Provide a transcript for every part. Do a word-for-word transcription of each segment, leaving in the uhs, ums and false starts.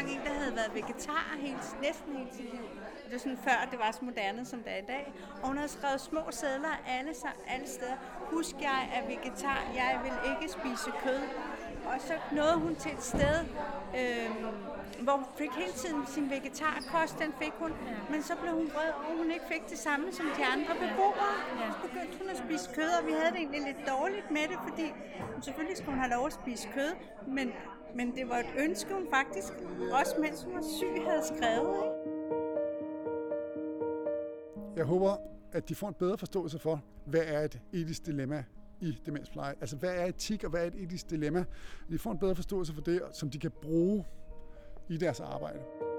engang en, der havde været vegetar hele, næsten hele sit liv. Det var sådan før, det var så moderne, som det er i dag. Og hun havde skrevet små sedler alle, alle steder. Husk, jeg er vegetar, jeg vil ikke spise kød. Og så nåede hun til et sted, øh, hvor hun fik hele tiden sin vegetarkost, den fik hun. Men så blev hun vred, og hun ikke fik det samme som de andre beboere. Så begyndte hun at spise kød, og vi havde det egentlig lidt dårligt med det, fordi selvfølgelig skulle hun have lov at spise kød, men, men det var et ønske, hun faktisk, også mens hun var syg, havde skrevet. Ikke? Jeg håber, at de får en bedre forståelse for, hvad er et etisk dilemma i demenspleje. Altså, hvad er etik, og hvad er et etisk dilemma? De får en bedre forståelse for det, som de kan bruge i deres arbejde.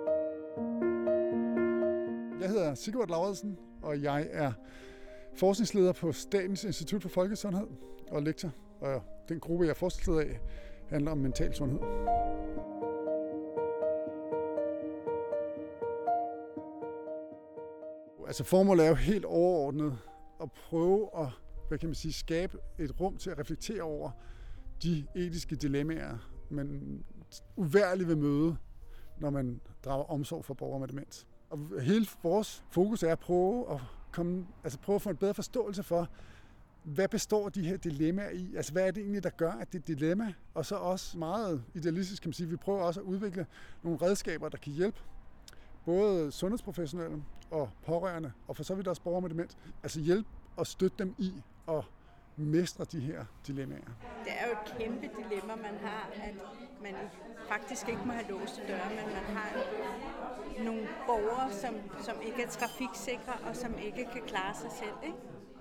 Jeg hedder Sigurd Lauridsen, og jeg er forskningsleder på Statens Institut for Folkesundhed og lektor. Og den gruppe, jeg er forskningsleder af, handler om mental sundhed. Altså, formålet er jo helt overordnet at prøve at, hvad kan man sige, skabe et rum til at reflektere over de etiske dilemmaer, man uværligt vil møde, når man drager omsorg for borgere med demens. Og hele vores fokus er at prøve at, komme, altså prøve at få en bedre forståelse for, hvad består de her dilemmaer i? Altså, hvad er det egentlig, der gør, at det er et dilemma? Og så også meget idealistisk, kan man sige, vi prøver også at udvikle nogle redskaber, der kan hjælpe både sundhedsprofessionelle og pårørende, og for så vidt også borgere med demens, altså hjælpe og støtte dem i at mestre de her dilemmaer. Det er jo et kæmpe dilemma, man har, at man faktisk ikke må have låste døre, men man har nogle borgere, som, som ikke er trafiksikre og som ikke kan klare sig selv, ikke?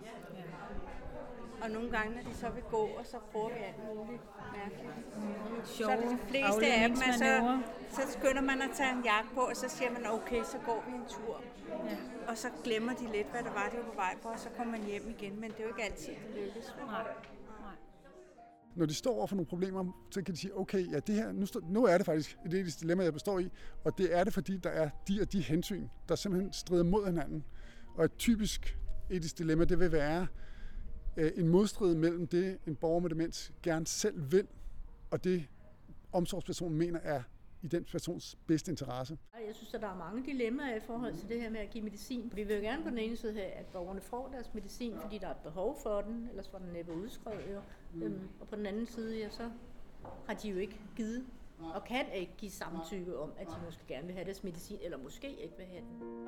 Og nogle gange, når de så vil gå, og så prøver vi alt muligt mærkeligt. Mm. Så er det de fleste af dem, så, så skynder man at tage en jakke på, og så siger man, okay, så går vi en tur. Ja. Og så glemmer de lidt, hvad der var, de var på vej på, og så kommer man hjem igen. Men det er jo ikke altid, det lykkes. Nej. Nej. Når de står over for nogle problemer, så kan de sige, okay, ja, det her, nu, stå, nu er det faktisk et etisk dilemma, jeg består i, og det er det, fordi der er de og de hensyn, der simpelthen strider mod hinanden. Og et typisk etisk dilemma, det vil være en modstrid mellem det, en borger med demens gerne selv vil, og det omsorgspersonen mener er i den persons bedste interesse. Jeg synes, at der er mange dilemmaer i forhold til det her med at give medicin. Vi vil jo gerne på den ene side have, at borgerne får deres medicin, fordi der er et behov for den, ellers var den næppe udskrevet. Mm. Øhm, og på den anden side, ja, så har de jo ikke givet og kan ikke give samtykke om, at de måske gerne vil have deres medicin, eller måske ikke vil have den.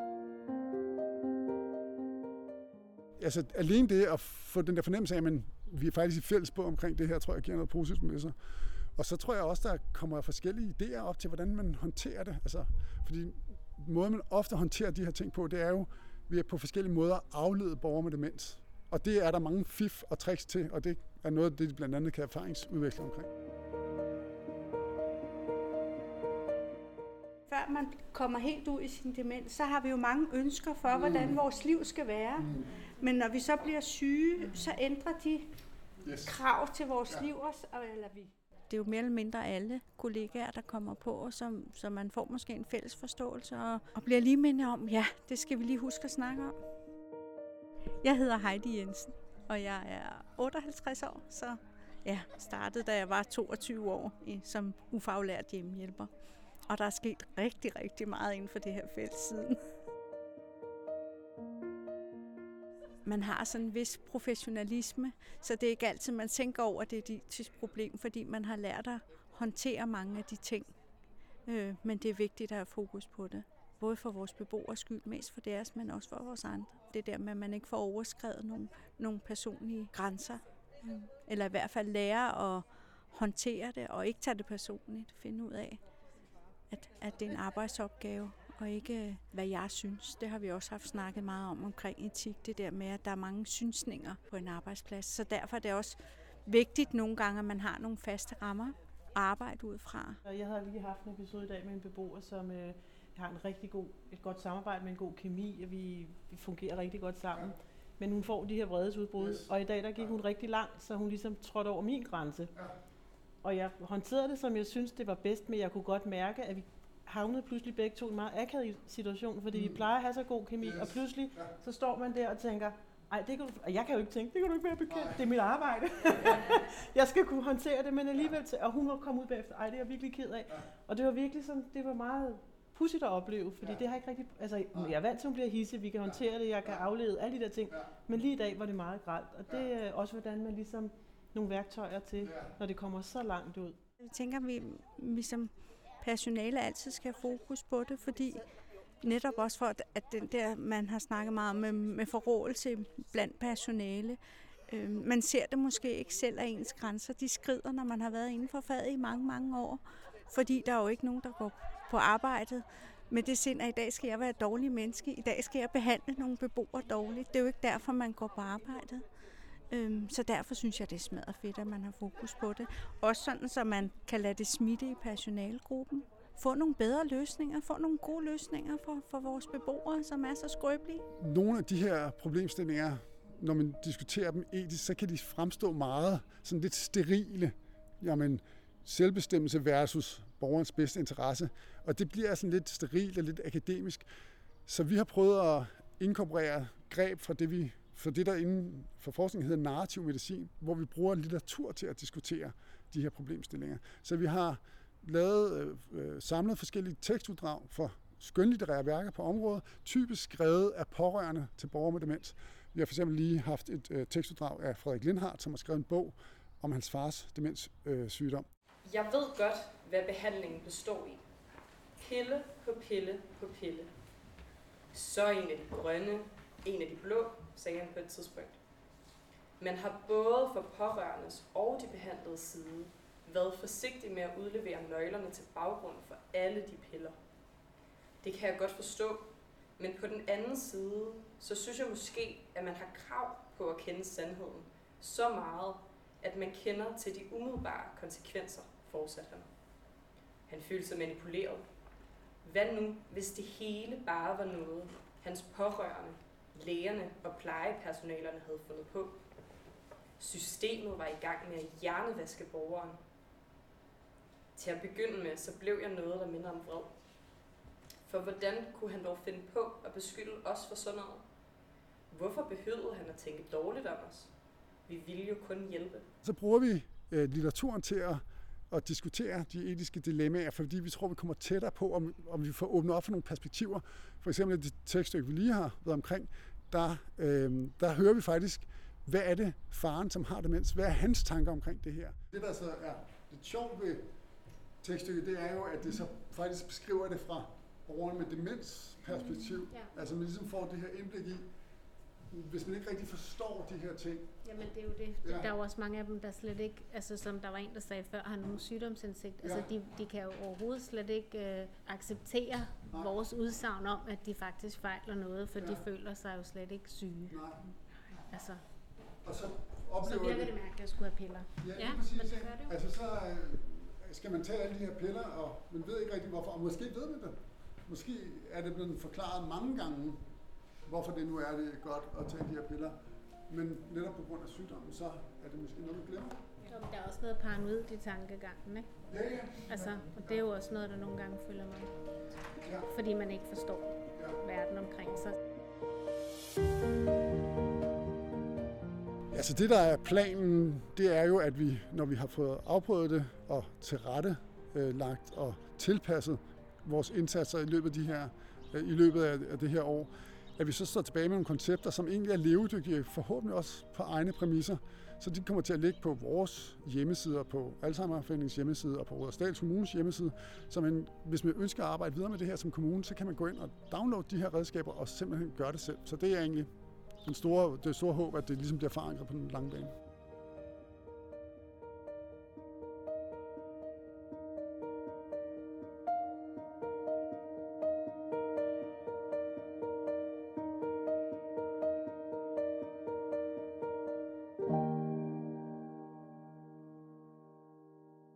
Altså alene det at få den der fornemmelse af, at man, vi er faktisk i fælles på omkring det her, tror jeg giver noget positivt med sig. Og så tror jeg også, der kommer forskellige idéer op til, hvordan man håndterer det. Altså, fordi måden, man ofte håndterer de her ting på, det er jo ved at på forskellige måder aflede borgere med demens. Og det er der mange fif og tricks til, og det er noget af det, de blandt andet kan erfaringsudvikle omkring. Før man kommer helt ud i sin demens, så har vi jo mange ønsker for, hvordan vores liv skal være. Mm. Men når vi så bliver syge, så ændrer de yes. krav til vores ja. liv også. Eller vi. Det er jo mere eller mindre alle kollegaer, der kommer på, så, så man får måske en fælles forståelse og, og bliver lige mindet om, ja, det skal vi lige huske at snakke om. Jeg hedder Heidi Jensen, og jeg er otteoghalvtreds år, så jeg startede, da jeg var toogtyve år som ufaglært hjemmehjælper. Og der er sket rigtig, rigtig meget inden for det her felt siden. Man har sådan en vis professionalisme, så det er ikke altid, man tænker over, at det er et etisk problem, fordi man har lært at håndtere mange af de ting. Øh, men det er vigtigt at have fokus på det. Både for vores beboers skyld, mest for deres, men også for vores andre. Det der med, at man ikke får overskrevet nogle, nogle personlige grænser. Øh, eller i hvert fald lære at håndtere det, og ikke tage det personligt. Finde ud af, at, at det er en arbejdsopgave, og ikke hvad jeg synes. Det har vi også haft snakket meget om omkring etik, det der med, at der er mange synsninger på en arbejdsplads. Så derfor er det også vigtigt nogle gange, at man har nogle faste rammer at arbejde ud fra. Jeg har lige haft en episode i dag med en beboer, som øh, har en rigtig god, et godt samarbejde med en god kemi, og vi, vi fungerer rigtig godt sammen. Men hun får de her vredesudbrud, yes. og i dag der gik hun rigtig langt, så hun ligesom trådte over min grænse. Og jeg håndterede det, som jeg synes, det var bedst, men jeg kunne godt mærke, at vi havnede pludselig begge to i en meget akavet situation, fordi mm. vi plejer at have så god kemi, yes. og pludselig så står man der og tænker, ej, det kan du, og jeg kan jo ikke tænke, det kan du ikke være bekendt, det er mit arbejde. Jeg skal kunne håndtere det, men alligevel, til, og hun var kommet ud bagefter, ej, det er jeg virkelig ked af. Og det var virkelig sådan, det var meget pudsigt at opleve, fordi det har ikke rigtig, altså jeg er vant til, at hun bliver hissig, vi kan håndtere det, jeg kan aflede alle de der ting, men lige i dag var det meget grelt, og det er også, hvordan man ligesom nogle værktøjer til, når det kommer så langt ud. Jeg tænker, at vi, vi som personale altid skal have fokus på det, fordi netop også for, at den der, man har snakket meget om med, med forrådelse blandt personale, øh, man ser det måske ikke selv af ens grænser. De skrider, når man har været inden for faget i mange, mange år, fordi der er jo ikke nogen, der går på arbejdet med det sind, at i dag skal jeg være et dårligt menneske, i dag skal jeg behandle nogle beboere dårligt. Det er jo ikke derfor, man går på arbejdet. Så derfor synes jeg, det er smadret fedt, at man har fokus på det. Også sådan, så man kan lade det smitte i personalegruppen. Få nogle bedre løsninger, få nogle gode løsninger for, for vores beboere, som er så skrøbelige. Nogle af de her problemstillinger, når man diskuterer dem etisk, så kan de fremstå meget sådan lidt sterile. Jamen, selvbestemmelse versus borgerens bedste interesse. Og det bliver sådan lidt sterilt og lidt akademisk. Så vi har prøvet at inkorporere greb fra det, vi for det, der inden for forskning hedder narrativ medicin, hvor vi bruger litteratur til at diskutere de her problemstillinger. Så vi har lavet, øh, samlet forskellige tekstuddrag for skønlitterære værker på området, typisk skrevet af pårørende til borgere med demens. Vi har for eksempel lige haft et øh, tekstuddrag af Frederik Lindhardt, som har skrevet en bog om hans fars demenssygdom. Øh, Jeg ved godt, hvad behandlingen består i. Pille på pille på pille. Så en af de grønne, en af de blå, sagde han på et tidspunkt. Man har både for pårørendes og de behandlede side været forsigtig med at udlevere nøglerne til baggrunden for alle de piller. Det kan jeg godt forstå, men på den anden side, så synes jeg måske, at man har krav på at kende sandheden så meget, at man kender til de umiddelbare konsekvenser, fortsatte han. Han følte sig manipuleret. Hvad nu, hvis det hele bare var noget, hans pårørende, lægerne og plejepersonalerne havde fundet på? Systemet var i gang med at hjernevaske borgeren. Til at begynde med, så blev jeg noget, der minder om vred. For hvordan kunne han dog finde på at beskylde os for sådan noget? Hvorfor behøvede han at tænke dårligt om os? Vi ville jo kun hjælpe. Så bruger vi øh, litteraturen til at, at diskutere de etiske dilemmaer, fordi vi tror, vi kommer tættere på, om, om vi får åbnet op for nogle perspektiver. For eksempel det tekststykke, vi lige har været omkring, der, øh, der hører vi faktisk, hvad er det faren, som har demens? Hvad er hans tanker omkring det her? Det, der så er lidt sjovt ved tekststykket, det er jo, at det så faktisk beskriver det fra borgeren med demensperspektiv. Mm, ja. Altså man ligesom får det her indblik i, hvis man ikke rigtig forstår de her ting. Jamen det er jo det. Ja. Der er jo også mange af dem, der slet ikke, altså som der var en, der sagde før, har nogen sygdomsindsigt. Ja. Altså de, de kan jo overhovedet slet ikke øh, acceptere Nej. vores udsagn om, at de faktisk fejler noget, for ja. de føler sig jo slet ikke syge. Nej. Altså. Og så oplever så virker det mærkeligt at skulle have piller. Ja, ja præcis, men det gør det jo. Altså så øh, skal man tage alle de her piller, og man ved ikke rigtig hvorfor, og måske ved man det. Måske er det blevet forklaret mange gange, hvorfor det nu er det godt at tage de her piller. Men netop på grund af sygdommen, så er det måske noget, vi glemmer. Jo, men der er også noget paranoid i tankegangen, ikke? Ja, ja. Altså, og det er jo også noget, der nogle gange følger med. Ja. Fordi man ikke forstår ja. verden omkring sig. Altså det, der er planen, det er jo, at vi, når vi har fået afprøvet det og tilrette øh, lagt og tilpasset vores indsatser i løbet af, de her, øh, i løbet af det her år, at vi så står tilbage med nogle koncepter, som egentlig er levedygtige, forhåbentlig også på egne præmisser. Så de kommer til at ligge på vores hjemmesider, på Alzheimerforeningens hjemmeside og på Rudersdal Kommunes hjemmeside. Så man, hvis man ønsker at arbejde videre med det her som kommune, så kan man gå ind og downloade de her redskaber og simpelthen gøre det selv. Så det er egentlig den store, det store håb, at det ligesom bliver forankret på den lange bane.